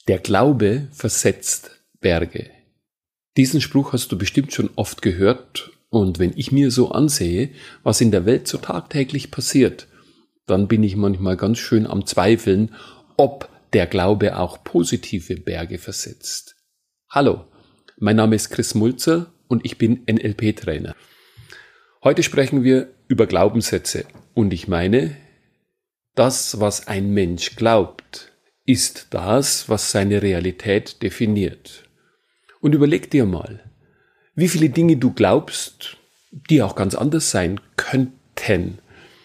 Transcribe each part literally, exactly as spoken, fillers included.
Der Glaube versetzt Berge. Diesen Spruch hast du bestimmt schon oft gehört, und wenn ich mir so ansehe, was in der Welt so tagtäglich passiert, dann bin ich manchmal ganz schön am Zweifeln, ob der Glaube auch positive Berge versetzt. Hallo, mein Name ist Chris Mulzer und ich bin N L P-Trainer. Heute sprechen wir über Glaubenssätze und ich meine, das, was ein Mensch glaubt, ist das, was seine Realität definiert. Und überleg dir mal, wie viele Dinge du glaubst, die auch ganz anders sein könnten.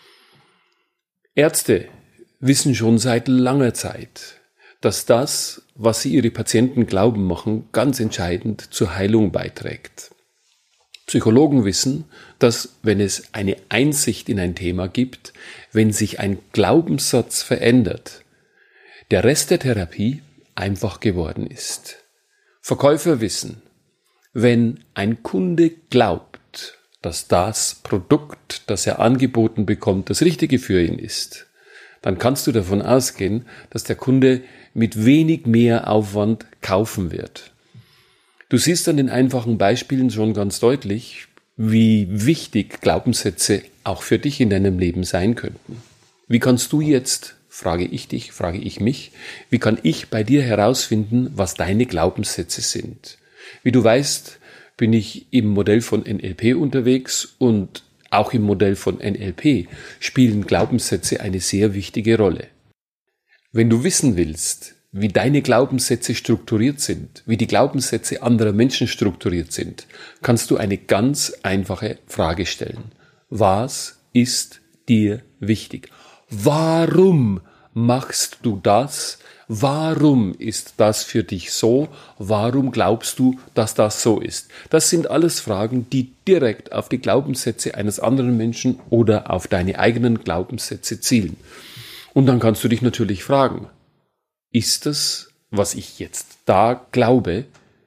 Ärzte wissen schon seit langer Zeit, dass das, was sie ihre Patienten glauben machen, ganz entscheidend zur Heilung beiträgt. Psychologen wissen, dass wenn es eine Einsicht in ein Thema gibt, wenn sich ein Glaubenssatz verändert, der Rest der Therapie einfach geworden ist. Verkäufer wissen, wenn ein Kunde glaubt, dass das Produkt, das er angeboten bekommt, das Richtige für ihn ist, dann kannst du davon ausgehen, dass der Kunde mit wenig mehr Aufwand kaufen wird. Du siehst an den einfachen Beispielen schon ganz deutlich, wie wichtig Glaubenssätze auch für dich in deinem Leben sein könnten. Wie kannst du jetzt, frage ich dich, frage ich mich, wie kann ich bei dir herausfinden, was deine Glaubenssätze sind? Wie du weißt, bin ich im Modell von N L P unterwegs und auch im Modell von N L P spielen Glaubenssätze eine sehr wichtige Rolle. Wenn du wissen willst, wie deine Glaubenssätze strukturiert sind, wie die Glaubenssätze anderer Menschen strukturiert sind, kannst du eine ganz einfache Frage stellen. Was ist dir wichtig? Warum machst du das? Warum ist das für dich so? Warum glaubst du, dass das so ist? Das sind alles Fragen, die direkt auf die Glaubenssätze eines anderen Menschen oder auf deine eigenen Glaubenssätze zielen. Und dann kannst du dich natürlich fragen, ist das, was ich jetzt da glaube,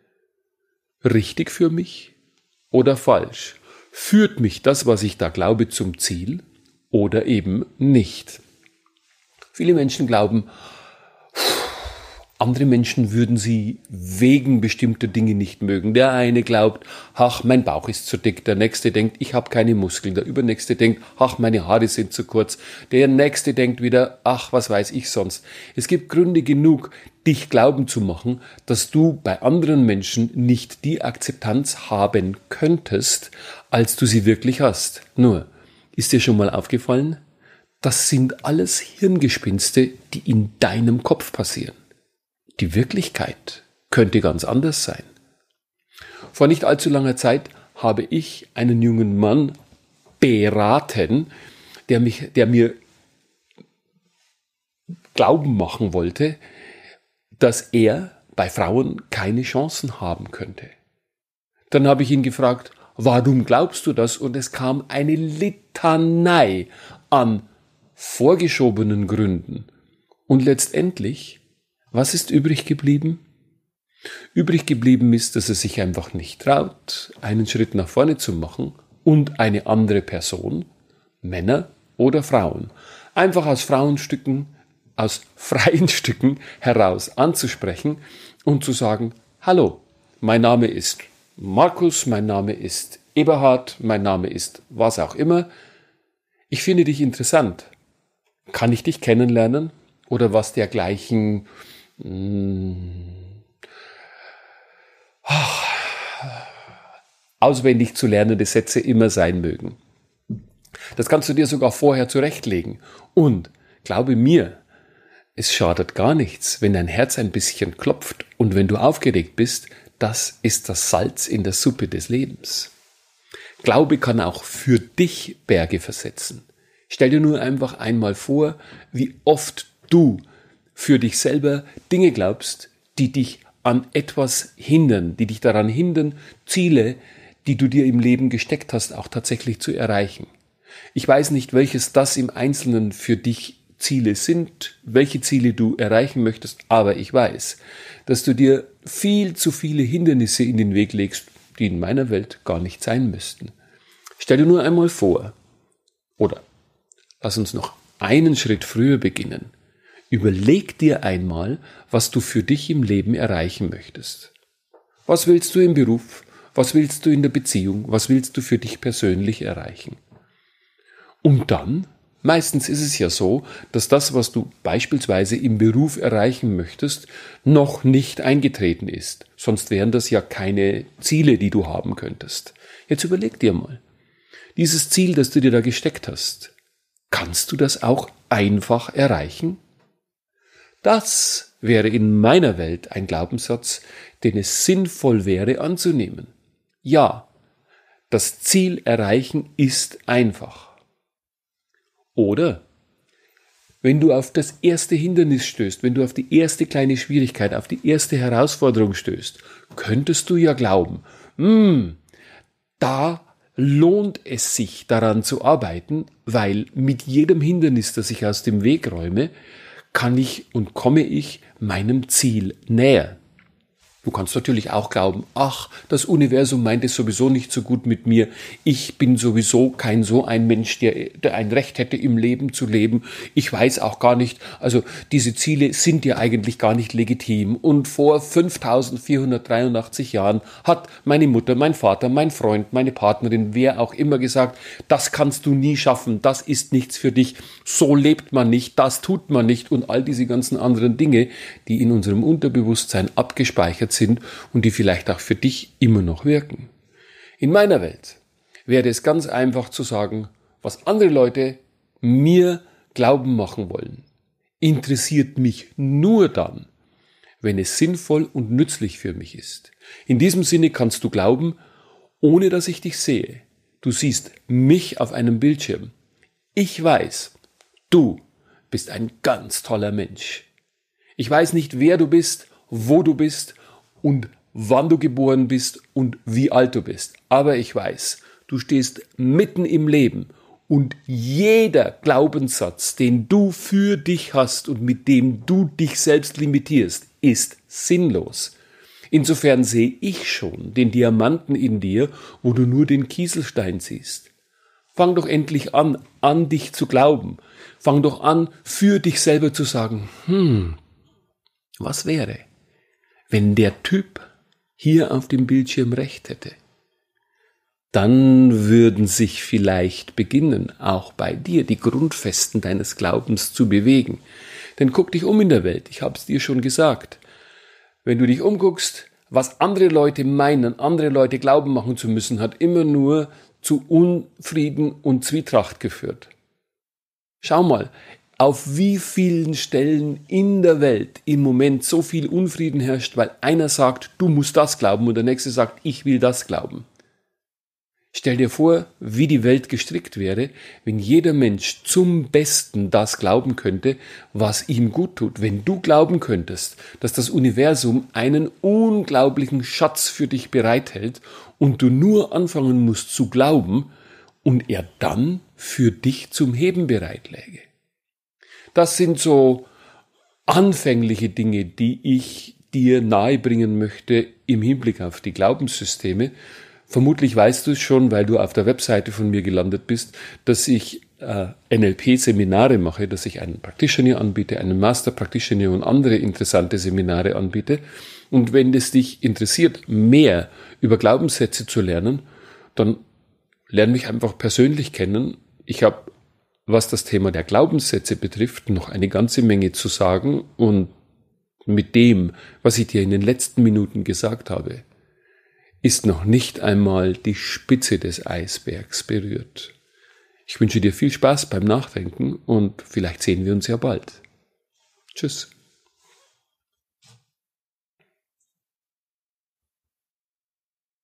richtig für mich oder falsch? Führt mich das, was ich da glaube, zum Ziel oder eben nicht? Viele Menschen glauben, andere Menschen würden sie wegen bestimmter Dinge nicht mögen. Der eine glaubt, ach, mein Bauch ist zu dick. Der nächste denkt, ich habe keine Muskeln. Der übernächste denkt, ach, meine Haare sind zu kurz. Der nächste denkt wieder, ach, was weiß ich sonst. Es gibt Gründe genug, dich glauben zu machen, dass du bei anderen Menschen nicht die Akzeptanz haben könntest, als du sie wirklich hast. Nur, ist dir schon mal aufgefallen? Das sind alles Hirngespinste, die in deinem Kopf passieren. Die Wirklichkeit könnte ganz anders sein. Vor nicht allzu langer Zeit habe ich einen jungen Mann beraten, der mich, der mir glauben machen wollte, dass er bei Frauen keine Chancen haben könnte. Dann habe ich ihn gefragt, warum glaubst du das? Und es kam eine Litanei an vorgeschobenen Gründen. Und letztendlich, was ist übrig geblieben? Übrig geblieben ist, dass er sich einfach nicht traut, einen Schritt nach vorne zu machen und eine andere Person, Männer oder Frauen, einfach aus Frauenstücken, aus freien Stücken heraus anzusprechen und zu sagen, hallo, mein Name ist Markus, mein Name ist Eberhard, mein Name ist was auch immer. Ich finde dich interessant. Kann ich dich kennenlernen? Oder was dergleichen Ach, auswendig zu lernende Sätze immer sein mögen. Das kannst du dir sogar vorher zurechtlegen. Und glaube mir, es schadet gar nichts, wenn dein Herz ein bisschen klopft und wenn du aufgeregt bist, das ist das Salz in der Suppe des Lebens. Glaube kann auch für dich Berge versetzen. Stell dir nur einfach einmal vor, wie oft du für dich selber Dinge glaubst, die dich an etwas hindern, die dich daran hindern, Ziele, die du dir im Leben gesteckt hast, auch tatsächlich zu erreichen. Ich weiß nicht, welches das im Einzelnen für dich Ziele sind, welche Ziele du erreichen möchtest, aber ich weiß, dass du dir viel zu viele Hindernisse in den Weg legst, die in meiner Welt gar nicht sein müssten. Stell dir nur einmal vor, oder lass uns noch einen Schritt früher beginnen. Überleg dir einmal, was du für dich im Leben erreichen möchtest. Was willst du im Beruf? Was willst du in der Beziehung? Was willst du für dich persönlich erreichen? Und dann, meistens ist es ja so, dass das, was du beispielsweise im Beruf erreichen möchtest, noch nicht eingetreten ist. Sonst wären das ja keine Ziele, die du haben könntest. Jetzt überleg dir mal, dieses Ziel, das du dir da gesteckt hast, kannst du das auch einfach erreichen? Das wäre in meiner Welt ein Glaubenssatz, den es sinnvoll wäre anzunehmen. Ja, das Ziel erreichen ist einfach. Oder wenn du auf das erste Hindernis stößt, wenn du auf die erste kleine Schwierigkeit, auf die erste Herausforderung stößt, könntest du ja glauben, hm, da lohnt es sich daran zu arbeiten, weil mit jedem Hindernis, das ich aus dem Weg räume, kann ich und komme ich meinem Ziel näher. Du kannst natürlich auch glauben, ach, das Universum meint es sowieso nicht so gut mit mir. Ich bin sowieso kein so ein Mensch, der, der ein Recht hätte, im Leben zu leben. Ich weiß auch gar nicht, also diese Ziele sind ja eigentlich gar nicht legitim. Und vor fünftausendvierhundertdreiundachtzig Jahren hat meine Mutter, mein Vater, mein Freund, meine Partnerin, wer auch immer gesagt, das kannst du nie schaffen, das ist nichts für dich, so lebt man nicht, das tut man nicht und all diese ganzen anderen Dinge, die in unserem Unterbewusstsein abgespeichert sind. sind und die vielleicht auch für dich immer noch wirken. In meiner Welt wäre es ganz einfach zu sagen, was andere Leute mir glauben machen wollen, interessiert mich nur dann, wenn es sinnvoll und nützlich für mich ist. In diesem Sinne kannst du glauben, ohne dass ich dich sehe. Du siehst mich auf einem Bildschirm. Ich weiß, du bist ein ganz toller Mensch. Ich weiß nicht, wer du bist, wo du bist und wann du geboren bist und wie alt du bist. Aber ich weiß, du stehst mitten im Leben und jeder Glaubenssatz, den du für dich hast und mit dem du dich selbst limitierst, ist sinnlos. Insofern sehe ich schon den Diamanten in dir, wo du nur den Kieselstein siehst. Fang doch endlich an, an dich zu glauben. Fang doch an, für dich selber zu sagen, hm, was wäre, wenn der Typ hier auf dem Bildschirm recht hätte? Dann würden sich vielleicht beginnen, auch bei dir die Grundfesten deines Glaubens zu bewegen. Denn guck dich um in der Welt, ich habe es dir schon gesagt. Wenn du dich umguckst, was andere Leute meinen, andere Leute glauben machen zu müssen, hat immer nur zu Unfrieden und Zwietracht geführt. Schau mal, auf wie vielen Stellen in der Welt im Moment so viel Unfrieden herrscht, weil einer sagt, du musst das glauben und der nächste sagt, ich will das glauben. Stell dir vor, wie die Welt gestrickt wäre, wenn jeder Mensch zum Besten das glauben könnte, was ihm gut tut. Wenn du glauben könntest, dass das Universum einen unglaublichen Schatz für dich bereithält und du nur anfangen musst zu glauben und er dann für dich zum Heben bereit läge. Das sind so anfängliche Dinge, die ich dir nahebringen möchte im Hinblick auf die Glaubenssysteme. Vermutlich weißt du es schon, weil du auf der Webseite von mir gelandet bist, dass ich äh, N L P-Seminare mache, dass ich einen Practitioner anbiete, einen Master Practitioner und andere interessante Seminare anbiete. Und wenn es dich interessiert, mehr über Glaubenssätze zu lernen, dann lern mich einfach persönlich kennen. Ich habe, was das Thema der Glaubenssätze betrifft, noch eine ganze Menge zu sagen und mit dem, was ich dir in den letzten Minuten gesagt habe, ist noch nicht einmal die Spitze des Eisbergs berührt. Ich wünsche dir viel Spaß beim Nachdenken und vielleicht sehen wir uns ja bald. Tschüss.